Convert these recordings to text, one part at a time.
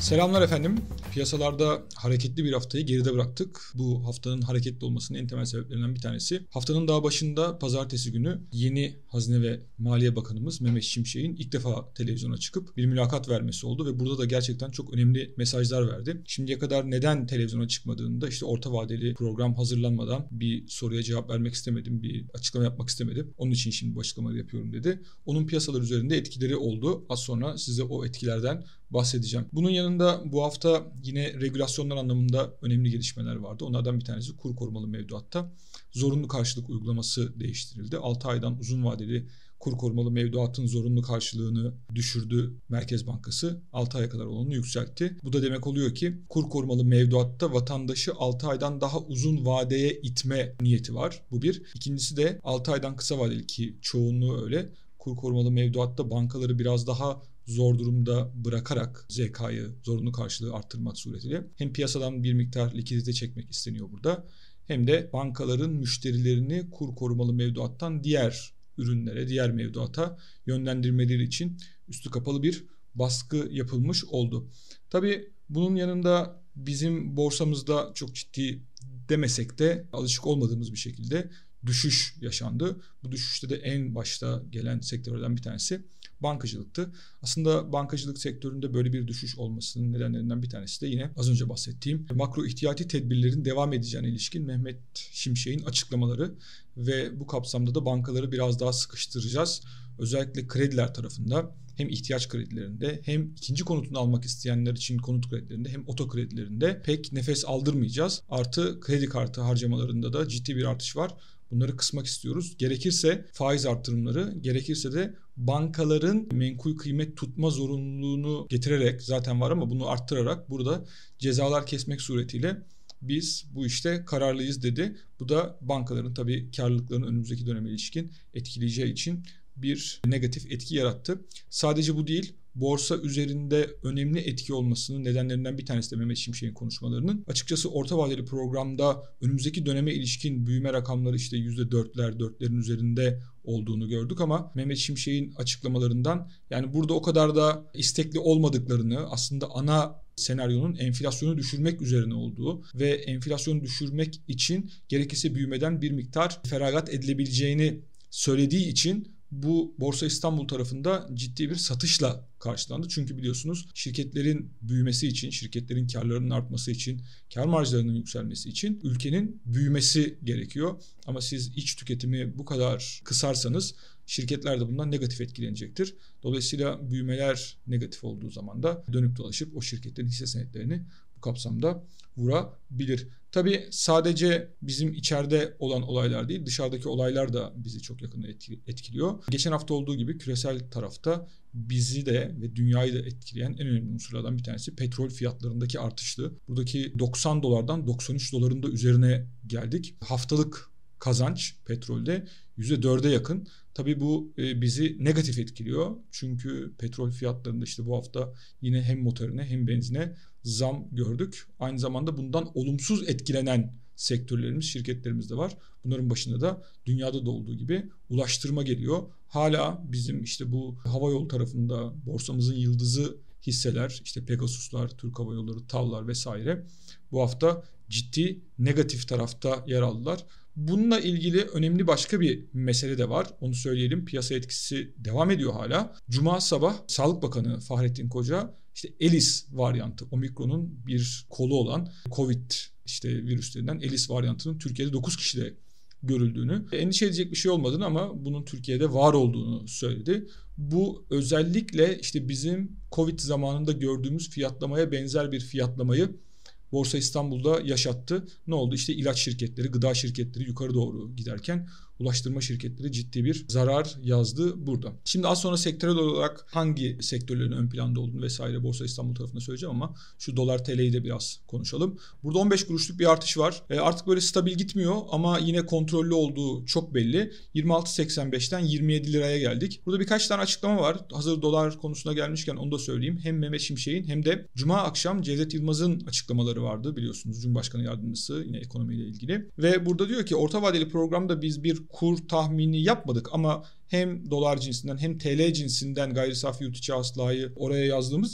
Selamlar efendim. Piyasalarda hareketli bir haftayı geride bıraktık. Bu haftanın hareketli olmasının en temel sebeplerinden bir tanesi. Haftanın daha başında pazartesi günü yeni Hazine ve Maliye Bakanımız Mehmet Şimşek'in ilk defa televizyona çıkıp bir mülakat vermesi oldu ve burada da gerçekten çok önemli mesajlar verdi. Şimdiye kadar neden televizyona çıkmadığını da işte orta vadeli program hazırlanmadan bir soruya cevap vermek istemedim, bir açıklama yapmak istemedim. Onun için şimdi bu açıklamayı yapıyorum dedi. Onun piyasalar üzerinde etkileri oldu. Az sonra size o etkilerden bahsedeceğim. Bunun yanında bu hafta yine regülasyonlar anlamında önemli gelişmeler vardı. Onlardan bir tanesi kur korumalı mevduatta zorunlu karşılık uygulaması değiştirildi. 6 aydan uzun vadeli kur korumalı mevduatın zorunlu karşılığını düşürdü Merkez Bankası. 6 aya kadar olanını yükseltti. Bu da demek oluyor ki kur korumalı mevduatta vatandaşı 6 aydan daha uzun vadeye itme niyeti var. Bu bir. İkincisi de 6 aydan kısa vadeli, ki çoğunluğu öyle, kur korumalı mevduatta bankaları biraz daha zor durumda bırakarak ZK'yı, zorunlu karşılığı arttırmak suretiyle hem piyasadan bir miktar likidite çekmek isteniyor burada, hem de bankaların müşterilerini kur korumalı mevduattan diğer ürünlere, diğer mevduata yönlendirmeleri için üstü kapalı bir baskı yapılmış oldu. Tabii bunun yanında bizim borsamızda çok ciddi demesek de alışık olmadığımız bir şekilde düşüş yaşandı. Bu düşüşte de en başta gelen sektörlerden bir tanesi bankacılıktı. Aslında bankacılık sektöründe böyle bir düşüş olmasının nedenlerinden bir tanesi de yine az önce bahsettiğim makro ihtiyati tedbirlerin devam edeceğine ilişkin Mehmet Şimşek'in açıklamaları ve bu kapsamda da bankaları biraz daha sıkıştıracağız. Özellikle krediler tarafında, hem ihtiyaç kredilerinde hem ikinci konutunu almak isteyenler için konut kredilerinde hem oto kredilerinde pek nefes aldırmayacağız. Artı kredi kartı harcamalarında da ciddi bir artış var. Bunları kısmak istiyoruz. Gerekirse faiz artırımları, gerekirse de bankaların menkul kıymet tutma zorunluluğunu getirerek, zaten var ama bunu arttırarak burada cezalar kesmek suretiyle biz bu işte kararlıyız dedi. Bu da bankaların tabii karlılıklarını önümüzdeki döneme ilişkin etkileyeceği için bir negatif etki yarattı. Sadece bu değil, borsa üzerinde önemli etki olmasının nedenlerinden bir tanesi de Mehmet Şimşek'in konuşmalarının. Açıkçası orta vadeli programda önümüzdeki döneme ilişkin büyüme rakamları işte %4'lerin üzerinde olduğunu gördük ama Mehmet Şimşek'in açıklamalarından yani burada o kadar da istekli olmadıklarını, aslında ana senaryonun enflasyonu düşürmek üzerine olduğu ve enflasyonu düşürmek için gerekirse büyümeden bir miktar feragat edilebileceğini söylediği için bu Borsa İstanbul tarafında ciddi bir satışla karşılandı. Çünkü biliyorsunuz şirketlerin büyümesi için, şirketlerin karlarının artması için, kar marjlarının yükselmesi için ülkenin büyümesi gerekiyor. Ama siz iç tüketimi bu kadar kısarsanız şirketler de bundan negatif etkilenecektir. Dolayısıyla büyümeler negatif olduğu zaman da dönüp dolaşıp o şirketlerin hisse senetlerini bu kapsamda vurabilir. Tabii sadece bizim içeride olan olaylar değil, dışarıdaki olaylar da bizi çok yakından etkiliyor. Geçen hafta olduğu gibi küresel tarafta bizi de ve dünyayı da etkileyen en önemli unsurlardan bir tanesi petrol fiyatlarındaki artıştı. Buradaki 90 dolardan 93 doların da üzerine geldik. Haftalık kazanç petrolde %4'e yakın. Tabii bu bizi negatif etkiliyor. Çünkü petrol fiyatlarında işte bu hafta yine hem motorine hem benzine zam gördük. Aynı zamanda bundan olumsuz etkilenen sektörlerimiz, şirketlerimiz de var. Bunların başında da dünyada da olduğu gibi ulaştırma geliyor. Hala bizim işte bu havayolu tarafında borsamızın yıldızı hisseler, işte Pegasus'lar, Türk Hava Yolları, TAV'lar vesaire bu hafta ciddi negatif tarafta yer aldılar. Bununla ilgili önemli başka bir mesele de var. Onu söyleyelim. Piyasa etkisi devam ediyor hala. Cuma sabah Sağlık Bakanı Fahrettin Koca işte Elis varyantı, Omikron'un bir kolu olan Covid virüslerinden Elis varyantının Türkiye'de 9 kişide görüldüğünü, endişe edecek bir şey olmadığını ama bunun Türkiye'de var olduğunu söyledi. Bu özellikle işte bizim Covid zamanında gördüğümüz fiyatlamaya benzer bir fiyatlamayı Borsa İstanbul'da yaşattı. Ne oldu? İşte ilaç şirketleri, gıda şirketleri yukarı doğru giderken ulaştırma şirketleri ciddi bir zarar yazdı burada. Şimdi az sonra sektörel olarak hangi sektörlerin ön planda olduğunu vesaire Borsa İstanbul tarafında söyleyeceğim ama şu dolar TL'yi de biraz konuşalım. Burada 15 kuruşluk bir artış var. Artık böyle stabil gitmiyor ama yine kontrollü olduğu çok belli. 26.85'ten 27 liraya geldik. Burada birkaç tane açıklama var. Hazır dolar konusuna gelmişken onu da söyleyeyim. Hem Mehmet Şimşek'in hem de Cuma akşam Cevdet Yılmaz'ın açıklamaları vardı biliyorsunuz. Cumhurbaşkanı Yardımcısı yine ekonomiyle ilgili. Ve burada diyor ki orta vadeli programda biz bir kur tahmini yapmadık ama hem dolar cinsinden hem TL cinsinden gayri safi yurt içi hasılayı oraya yazdığımız için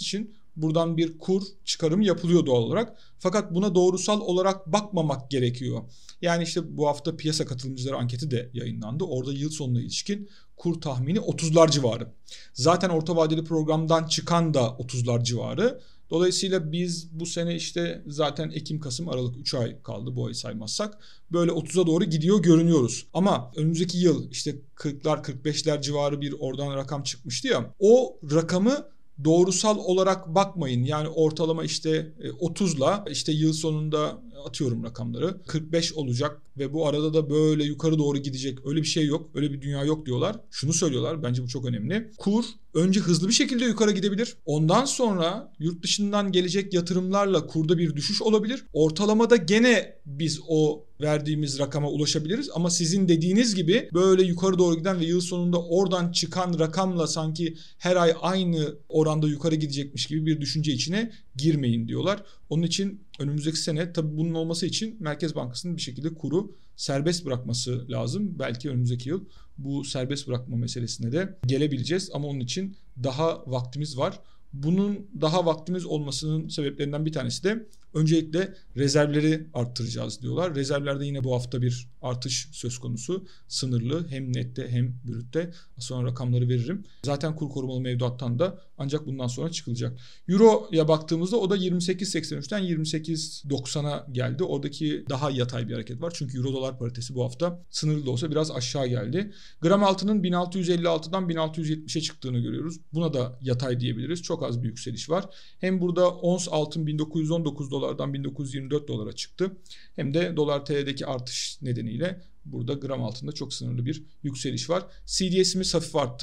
Buradan bir kur çıkarımı yapılıyor doğal olarak. Fakat buna doğrusal olarak bakmamak gerekiyor. Yani işte bu hafta piyasa katılımcıları anketi de yayınlandı. Orada yıl sonuna ilişkin kur tahmini 30'lar civarı. Zaten orta vadeli programdan çıkan da 30'lar civarı. Dolayısıyla biz bu sene işte zaten Ekim, Kasım, Aralık 3 ay kaldı bu ayı saymazsak. Böyle 30'a doğru gidiyor görünüyoruz. Ama önümüzdeki yıl işte 40'lar 45'ler civarı bir oradan rakam çıkmıştı ya. O rakamı doğrusal olarak bakmayın. Yani ortalama işte 30'la işte yıl sonunda atıyorum rakamları 45 olacak ve bu arada da böyle yukarı doğru gidecek. Öyle bir şey yok. Öyle bir dünya yok diyorlar. Şunu söylüyorlar. Bence bu çok önemli. Kur önce hızlı bir şekilde yukarı gidebilir. Ondan sonra yurt dışından gelecek yatırımlarla kurda bir düşüş olabilir. Ortalamada gene biz o verdiğimiz rakama ulaşabiliriz ama sizin dediğiniz gibi böyle yukarı doğru giden ve yıl sonunda oradan çıkan rakamla sanki her ay aynı oranda yukarı gidecekmiş gibi bir düşünce içine girmeyin diyorlar. Onun için önümüzdeki sene tabii bunun olması için Merkez Bankası'nın bir şekilde kuru serbest bırakması lazım. Belki önümüzdeki yıl bu serbest bırakma meselesine de gelebileceğiz ama onun için daha vaktimiz var. Bunun daha vaktimiz olmasının sebeplerinden bir tanesi de öncelikle rezervleri arttıracağız diyorlar. Rezervlerde yine bu hafta bir artış söz konusu. Sınırlı hem nette hem brütte. Sonra rakamları veririm. Zaten kur korumalı mevduattan da ancak bundan sonra çıkılacak. Euro'ya baktığımızda o da 28.83'ten 28.90'a geldi. Oradaki daha yatay bir hareket var. Çünkü euro dolar paritesi bu hafta sınırlı da olsa biraz aşağı geldi. Gram altının 1656'dan 1670'e çıktığını görüyoruz. Buna da yatay diyebiliriz. Çok az bir yükseliş var. Hem burada ons altın 1919 dolardan 1924 dolara çıktı. Hem de dolar TL'deki artış nedeniyle burada gram altında çok sınırlı bir yükseliş var. CDS'imiz hafif arttı.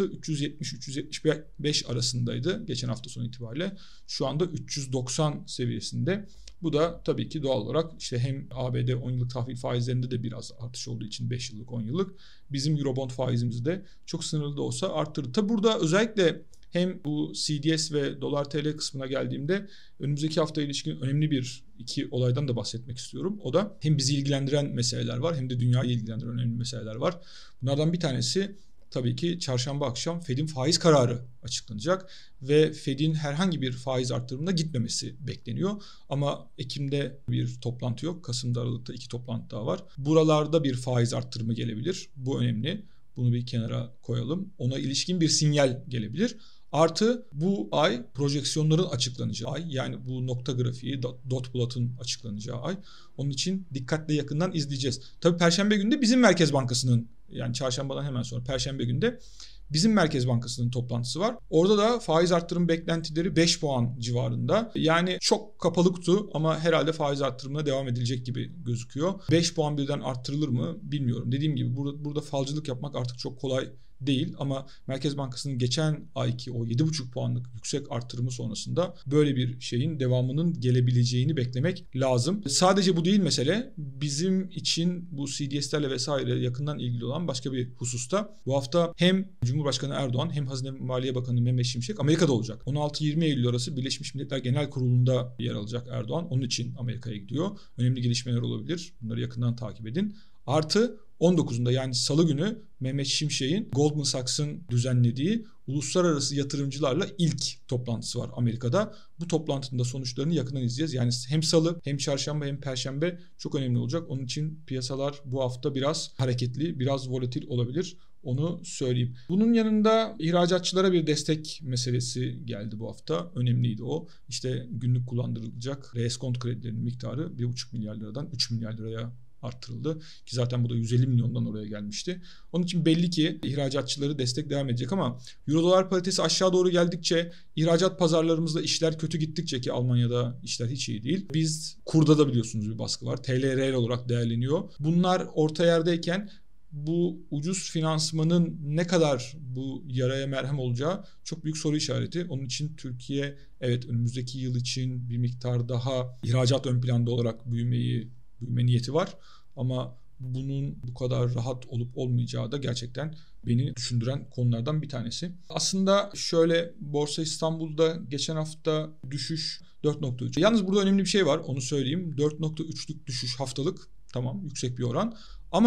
370-375 arasındaydı geçen hafta sonu itibariyle. Şu anda 390 seviyesinde. Bu da tabii ki doğal olarak işte hem ABD 10 yıllık tahvil faizlerinde de biraz artış olduğu için 5 yıllık 10 yıllık bizim Eurobond faizimizi de çok sınırlı da olsa arttırdı. Tabii burada özellikle hem bu CDS ve dolar TL kısmına geldiğimde önümüzdeki haftaya ilişkin önemli iki olaydan da bahsetmek istiyorum. O da hem bizi ilgilendiren meseleler var hem de dünyayı ilgilendiren önemli meseleler var. Bunlardan bir tanesi tabii ki çarşamba akşam Fed'in faiz kararı açıklanacak ve Fed'in herhangi bir faiz arttırımına gitmemesi bekleniyor. Ama Ekim'de bir toplantı yok. Kasım'da, Aralık'ta 2 toplantı daha var. Buralarda bir faiz arttırımı gelebilir. Bu önemli. Bunu bir kenara koyalım. Ona ilişkin bir sinyal gelebilir. Artı bu ay projeksiyonların açıklanacağı ay. Yani bu nokta grafiği, dot plot'un açıklanacağı ay. Onun için dikkatle yakından izleyeceğiz. Tabii Perşembe günü de bizim Merkez Bankası'nın, yani çarşambadan hemen sonra Perşembe günü de bizim Merkez Bankası'nın toplantısı var. Orada da faiz arttırım beklentileri 5 puan civarında. Yani çok kapalı kutu ama herhalde faiz arttırımına devam edilecek gibi gözüküyor. 5 puan birden arttırılır mı bilmiyorum. Dediğim gibi burada falcılık yapmak artık çok kolay değil ama Merkez Bankası'nın geçen ayki o 7,5 puanlık yüksek artırımı sonrasında böyle bir şeyin devamının gelebileceğini beklemek lazım. Sadece bu değil mesele. Bizim için bu CDS'lerle vesaire yakından ilgili olan başka bir hususta bu hafta hem Cumhurbaşkanı Erdoğan hem Hazine ve Maliye Bakanı Mehmet Şimşek Amerika'da olacak. 16-20 Eylül arası Birleşmiş Milletler Genel Kurulu'nda yer alacak Erdoğan. Onun için Amerika'ya gidiyor. Önemli gelişmeler olabilir. Bunları yakından takip edin. Artı 19'unda yani Salı günü Mehmet Şimşek'in Goldman Sachs'ın düzenlediği uluslararası yatırımcılarla ilk toplantısı var Amerika'da. Bu toplantının da sonuçlarını yakından izleyeceğiz. Yani hem Salı hem Çarşamba hem Perşembe çok önemli olacak. Onun için piyasalar bu hafta biraz hareketli, biraz volatil olabilir. Onu söyleyeyim. Bunun yanında ihracatçılara bir destek meselesi geldi bu hafta. Önemliydi o. İşte günlük kullandırılacak reeskont kredilerinin miktarı 1,5 milyar liradan 3 milyar liraya arttırıldı. Ki zaten bu da 150 milyondan oraya gelmişti. Onun için belli ki ihracatçıları destek devam edecek ama Euro dolar paritesi aşağı doğru geldikçe, ihracat pazarlarımızda işler kötü gittikçe ki Almanya'da işler hiç iyi değil. Biz kurda da biliyorsunuz bir baskı var. TL reel olarak değerleniyor. Bunlar orta yerdeyken bu ucuz finansmanın ne kadar bu yaraya merhem olacağı çok büyük soru işareti. Onun için Türkiye evet önümüzdeki yıl için bir miktar daha ihracat ön planda olarak büyüme niyeti var. Ama bunun bu kadar rahat olup olmayacağı da gerçekten beni düşündüren konulardan bir tanesi. Aslında şöyle Borsa İstanbul'da geçen hafta düşüş 4.3. Yalnız burada önemli bir şey var onu söyleyeyim. 4.3'lük düşüş haftalık tamam yüksek bir oran ama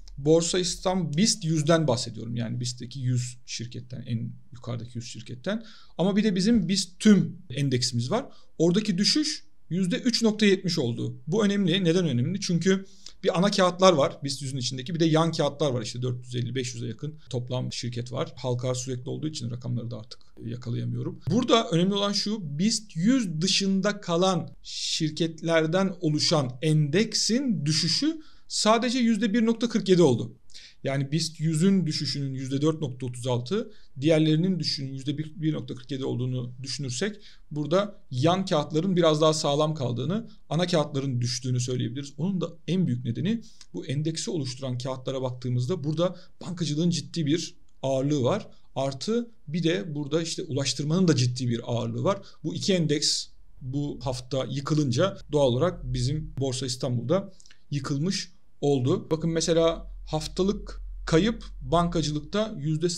Borsa İstanbul BIST 100'den bahsediyorum. Yani BIST'teki 100 şirketten, en yukarıdaki 100 şirketten. Ama bir de bizim BIST tüm endeksimiz var. Oradaki düşüş %3.70 oldu. Bu önemli. Neden önemli? Çünkü bir ana kağıtlar var BIST 100'ün içindeki, bir de yan kağıtlar var. İşte 450-500'e yakın toplam şirket var. Halka sürekli olduğu için rakamları da artık yakalayamıyorum. Burada önemli olan şu: BIST 100 dışında kalan şirketlerden oluşan endeksin düşüşü sadece %1.47 oldu. Yani BIST 100'ün düşüşünün %4.36, diğerlerinin düşüşünün %1.47 olduğunu düşünürsek burada yan kağıtların biraz daha sağlam kaldığını, ana kağıtların düştüğünü söyleyebiliriz. Onun da en büyük nedeni, bu endeksi oluşturan kağıtlara baktığımızda burada bankacılığın ciddi bir ağırlığı var. Artı bir de burada işte ulaştırmanın da ciddi bir ağırlığı var. Bu iki endeks bu hafta yıkılınca doğal olarak bizim Borsa İstanbul'da yıkılmış oldu. Bakın mesela haftalık kayıp bankacılıkta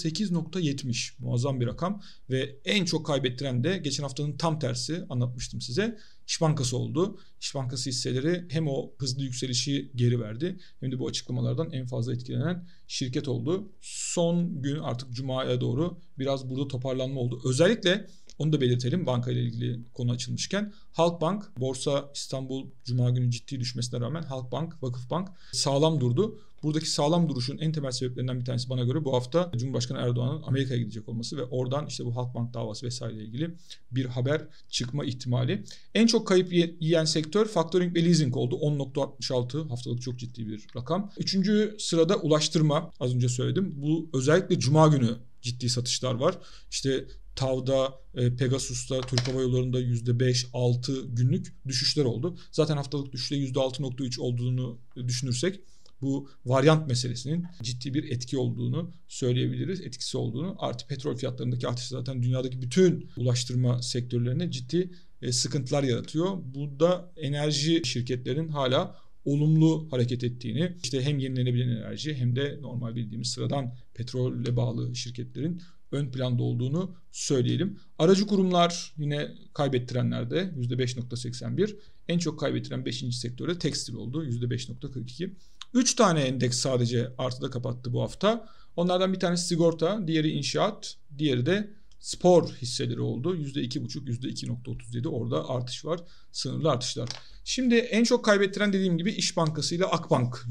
%8.70, muazzam bir rakam ve en çok kaybettiren de geçen haftanın tam tersi, anlatmıştım size, İş Bankası oldu. İş Bankası hisseleri hem o hızlı yükselişi geri verdi hem de bu açıklamalardan en fazla etkilenen şirket oldu. Son gün artık Cuma'ya doğru biraz burada toparlanma oldu. Özellikle onu da belirtelim, banka ile ilgili konu açılmışken. Halkbank, Borsa İstanbul Cuma günü ciddi düşmesine rağmen Halkbank, Vakıfbank sağlam durdu. Buradaki sağlam duruşun en temel sebeplerinden bir tanesi bana göre bu hafta Cumhurbaşkanı Erdoğan'ın Amerika'ya gidecek olması ve oradan işte bu Halkbank davası vesaire ilgili bir haber çıkma ihtimali. En çok kayıp yiyen sektör factoring ve leasing oldu. 10.66 haftalık, çok ciddi bir rakam. Üçüncü sırada ulaştırma, az önce söyledim. Bu özellikle Cuma günü ciddi satışlar var. İşte TAV'da, Pegasus'ta, Türk Hava Yolları'nda %5-6 günlük düşüşler oldu. Zaten haftalık düşüşte %6.3 olduğunu düşünürsek bu varyant meselesinin ciddi bir etki olduğunu söyleyebiliriz. Etkisi olduğunu. Artı petrol fiyatlarındaki artış zaten dünyadaki bütün ulaştırma sektörlerine ciddi sıkıntılar yaratıyor. Bu da enerji şirketlerinin hala olumlu hareket ettiğini, işte hem yenilenebilen enerji hem de normal bildiğimiz sıradan petrolle bağlı şirketlerin ön planda olduğunu söyleyelim. Aracı kurumlar yine kaybettirenlerde %5.81. En çok kaybettiren 5. sektörde tekstil oldu, %5.42. 3 tane endeks sadece artıda kapattı bu hafta. Onlardan bir tanesi sigorta, diğeri inşaat, diğeri de spor hisseleri oldu. %2.5, %2.37 orada artış var. Sınırlı artışlar. Şimdi en çok kaybettiren dediğim gibi İş Bankası ile Akbank.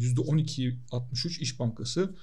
%12.63 İş Bankası,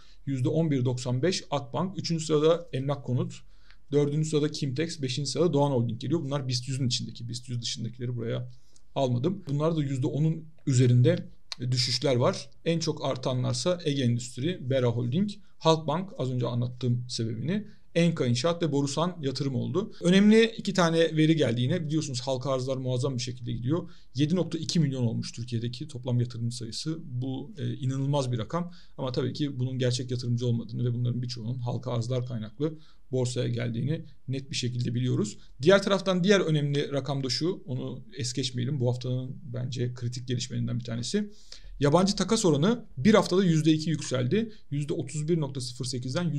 %11.95 Akbank. 3. sırada Emlak Konut. 4. sırada Kimtex. 5. sırada Doğan Holding geliyor. Bunlar BIST 100'ün içindeki. BIST 100 dışındakileri buraya almadım. Bunlar da %10'un üzerinde düşüşler var. En çok artanlarsa Ege Endüstri, Bera Holding, Halkbank, az önce anlattığım sebebini, Enka İnşaat ve Borusan Yatırım oldu. Önemli iki tane veri geldi yine. Biliyorsunuz halka arzlar muazzam bir şekilde gidiyor. 7.2 milyon olmuş Türkiye'deki toplam yatırımcı sayısı. Bu inanılmaz bir rakam. Ama tabii ki bunun gerçek yatırımcı olmadığını ve bunların birçoğunun halka arzlar kaynaklı borsaya geldiğini net bir şekilde biliyoruz. Diğer taraftan diğer önemli rakam da şu, onu es geçmeyelim. Bu haftanın bence kritik gelişmelerinden bir tanesi. Yabancı takas oranı bir haftada %2 yükseldi. %31.08'den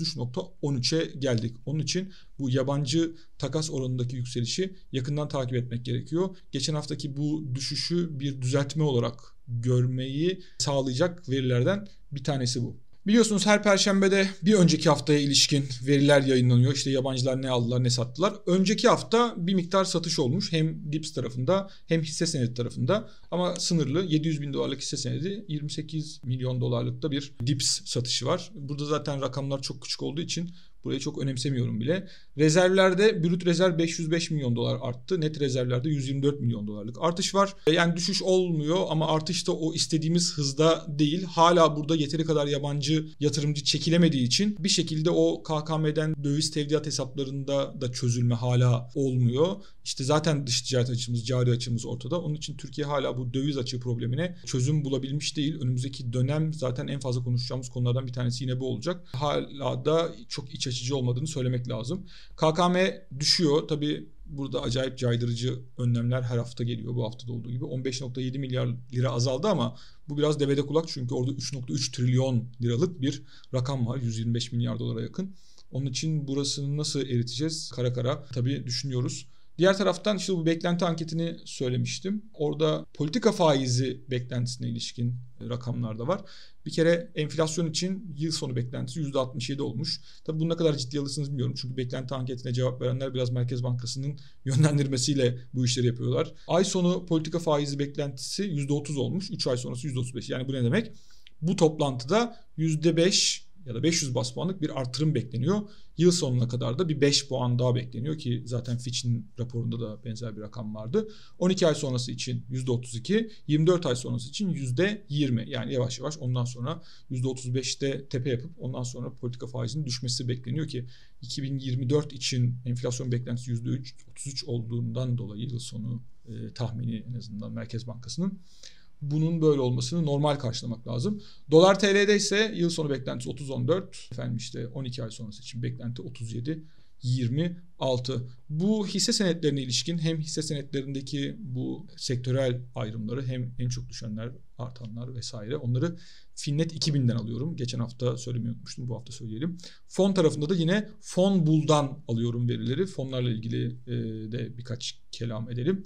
%33.13'e geldik. Onun için bu yabancı takas oranındaki yükselişi yakından takip etmek gerekiyor. Geçen haftaki bu düşüşü bir düzeltme olarak görmeyi sağlayacak verilerden bir tanesi bu. Biliyorsunuz her perşembede bir önceki haftaya ilişkin veriler yayınlanıyor. İşte yabancılar ne aldılar ne sattılar. Önceki hafta bir miktar satış olmuş. Hem DIPS tarafında hem hisse senedi tarafında. Ama sınırlı, 700 bin dolarlık hisse senedi, 28 milyon dolarlık da bir DIPS satışı var. Burada zaten rakamlar çok küçük olduğu için burayı çok önemsemiyorum bile. Rezervlerde brüt rezerv 505 milyon dolar arttı. Net rezervlerde 124 milyon dolarlık artış var. Yani düşüş olmuyor ama artış da o istediğimiz hızda değil. Hala burada yeteri kadar yabancı yatırımcı çekilemediği için bir şekilde o KKM'den döviz tevdiat hesaplarında da çözülme hala olmuyor. İşte zaten dış ticaret açımız, cari açımız ortada. Onun için Türkiye hala bu döviz açığı problemine çözüm bulabilmiş değil. Önümüzdeki dönem zaten en fazla konuşacağımız konulardan bir tanesi yine bu olacak. Hala da çok iç açıcı olmadığını söylemek lazım. KKM düşüyor. Tabii burada acayip caydırıcı önlemler her hafta geliyor. Bu haftada olduğu gibi 15.7 milyar lira azaldı ama bu biraz devede kulak, çünkü orada 3.3 trilyon liralık bir rakam var. 125 milyar dolara yakın. Onun için burasını nasıl eriteceğiz? Kara kara tabii düşünüyoruz. Diğer taraftan işte bu beklenti anketini söylemiştim. Orada politika faizi beklentisine ilişkin rakamlar da var. Bir kere enflasyon için yıl sonu beklentisi %67 olmuş. Tabii bunu ne kadar ciddi alırsınız bilmiyorum. Çünkü beklenti anketine cevap verenler biraz Merkez Bankası'nın yönlendirmesiyle bu işleri yapıyorlar. Ay sonu politika faizi beklentisi %30 olmuş. 3 ay sonrası %35. Yani bu ne demek? Bu toplantıda %5 ya da 500 bas puanlık bir artırım bekleniyor. Yıl sonuna kadar da bir 5 puan daha bekleniyor ki zaten Fitch'in raporunda da benzer bir rakam vardı. 12 ay sonrası için %32, 24 ay sonrası için %20. Yani yavaş yavaş ondan sonra %35'te tepe yapıp ondan sonra politika faizinin düşmesi bekleniyor ki 2024 için enflasyon beklentisi %33 olduğundan dolayı yıl sonu tahmini en azından Merkez Bankası'nın bunun böyle olmasını normal karşılamak lazım. Dolar TL'de ise yıl sonu beklentisi 30.14. Efendim işte 12 ay sonrası için beklenti 37.26. Bu hisse senetlerine ilişkin hem hisse senetlerindeki bu sektörel ayrımları hem en çok düşenler, artanlar vesaire onları Finnet 2000'den alıyorum. Geçen hafta söylemeyi unutmuştum. Bu hafta söyleyelim. Fon tarafında da yine Fonbul'dan alıyorum verileri. Fonlarla ilgili de birkaç kelam edelim.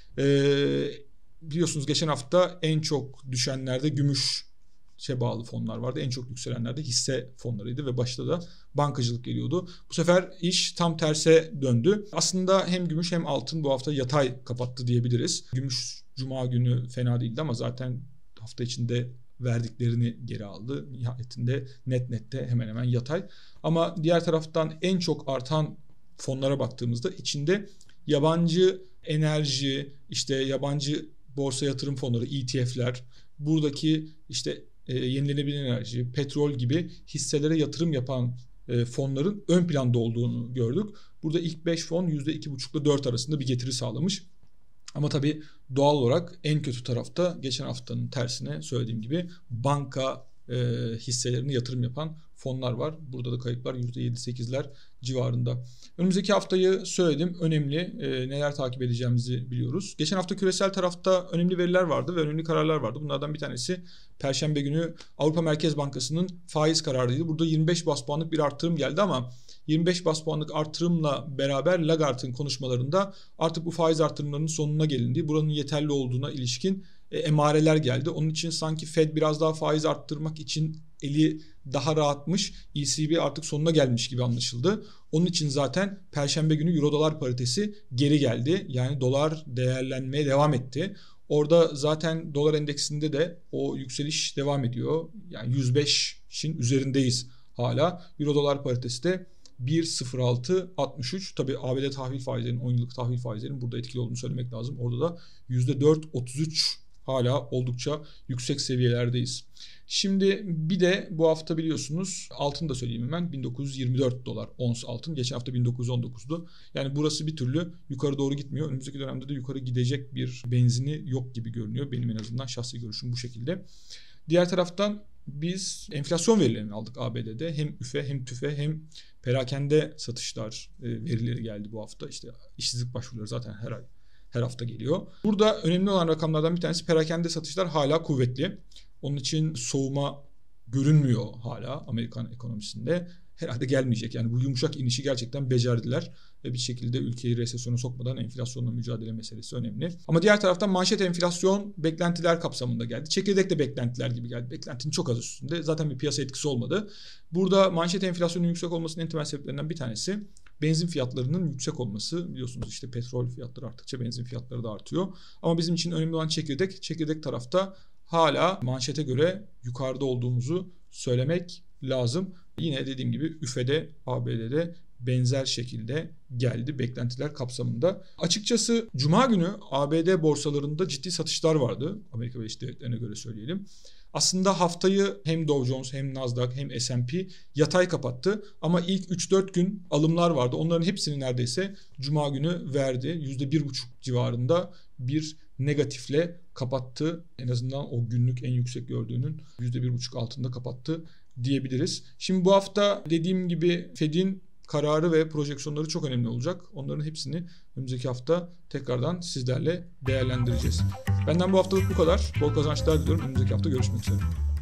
Biliyorsunuz geçen hafta en çok düşenlerde gümüşe bağlı fonlar vardı. En çok yükselenlerde hisse fonlarıydı ve başta da bankacılık geliyordu. Bu sefer iş tam terse döndü. Aslında hem gümüş hem altın bu hafta yatay kapattı diyebiliriz. Gümüş cuma günü fena değildi ama zaten hafta içinde verdiklerini geri aldı. Nihayetinde nette hemen hemen yatay. Ama diğer taraftan en çok artan fonlara baktığımızda içinde yabancı enerji, işte yabancı borsa yatırım fonları, ETF'ler, buradaki işte yenilenebilir enerji, petrol gibi hisselere yatırım yapan fonların ön planda olduğunu gördük. Burada ilk 5 fon %2,5 ile 4 arasında bir getiri sağlamış. Ama tabii doğal olarak en kötü tarafta geçen haftanın tersine söylediğim gibi banka hisselerini yatırım yapan fonlar var. Burada da kayıplar %7-8'ler civarında. Önümüzdeki haftayı söyledim. Önemli. Neler takip edeceğimizi biliyoruz. Geçen hafta küresel tarafta önemli veriler vardı ve önemli kararlar vardı. Bunlardan bir tanesi Perşembe günü Avrupa Merkez Bankası'nın faiz kararıydı. Burada 25 bas puanlık bir artırım geldi ama 25 bas puanlık artırımla beraber Lagarde'ın konuşmalarında artık bu faiz artırımlarının sonuna gelindi. Buranın yeterli olduğuna ilişkin emareler geldi. Onun için sanki Fed biraz daha faiz arttırmak için eli daha rahatmış. ECB artık sonuna gelmiş gibi anlaşıldı. Onun için zaten Perşembe günü Euro dolar paritesi geri geldi. Yani dolar değerlenmeye devam etti. Orada zaten dolar endeksinde de o yükseliş devam ediyor. Yani 105'in üzerindeyiz hala. Euro dolar paritesi de 1.0663. Tabii ABD tahvil faizlerinin 10 yıllık tahvil faizlerinin burada etkili olduğunu söylemek lazım. Orada da %4.33 hala oldukça yüksek seviyelerdeyiz. Şimdi bir de bu hafta biliyorsunuz altın da söyleyeyim hemen 1924 dolar ons altın. Geçen hafta 1919'du. Yani burası bir türlü yukarı doğru gitmiyor. Önümüzdeki dönemde de yukarı gidecek bir benzini yok gibi görünüyor. Benim en azından şahsi görüşüm bu şekilde. Diğer taraftan biz enflasyon verilerini aldık ABD'de. Hem üfe hem tüfe hem perakende satışlar verileri geldi bu hafta. İşte işsizlik başvuruları zaten her hafta geliyor. Burada önemli olan rakamlardan bir tanesi perakende satışlar hala kuvvetli. Onun için soğuma görünmüyor hala Amerikan ekonomisinde. Herhalde gelmeyecek. Yani bu yumuşak inişi gerçekten becerdiler. Ve bir şekilde ülkeyi resesyona sokmadan enflasyonla mücadele meselesi önemli. Ama diğer taraftan manşet enflasyon beklentiler kapsamında geldi. Çekirdek de beklentiler gibi geldi. Beklentinin çok az üstünde. Zaten bir piyasa etkisi olmadı. Burada manşet enflasyonun yüksek olmasının en temel sebeplerinden bir tanesi benzin fiyatlarının yüksek olması. Biliyorsunuz işte petrol fiyatları arttıkça benzin fiyatları da artıyor. Ama bizim için önemli olan çekirdek. Çekirdek tarafta hala manşete göre yukarıda olduğumuzu söylemek lazım. Yine dediğim gibi üfede, ABD'de benzer şekilde geldi beklentiler kapsamında. Açıkçası Cuma günü ABD borsalarında ciddi satışlar vardı. Amerika Birleşik Devletleri'ne göre söyleyelim. Aslında haftayı hem Dow Jones hem Nasdaq hem S&P yatay kapattı. Ama ilk 3-4 gün alımlar vardı. Onların hepsini neredeyse Cuma günü verdi. %1,5 civarında bir negatifle kapattı. En azından o günlük en yüksek gördüğünün %1,5 altında kapattı diyebiliriz. Şimdi bu hafta dediğim gibi Fed'in kararı ve projeksiyonları çok önemli olacak. Onların hepsini önümüzdeki hafta tekrardan sizlerle değerlendireceğiz. Benden bu haftalık bu kadar. Bol kazançlar diliyorum. Önümüzdeki hafta görüşmek üzere.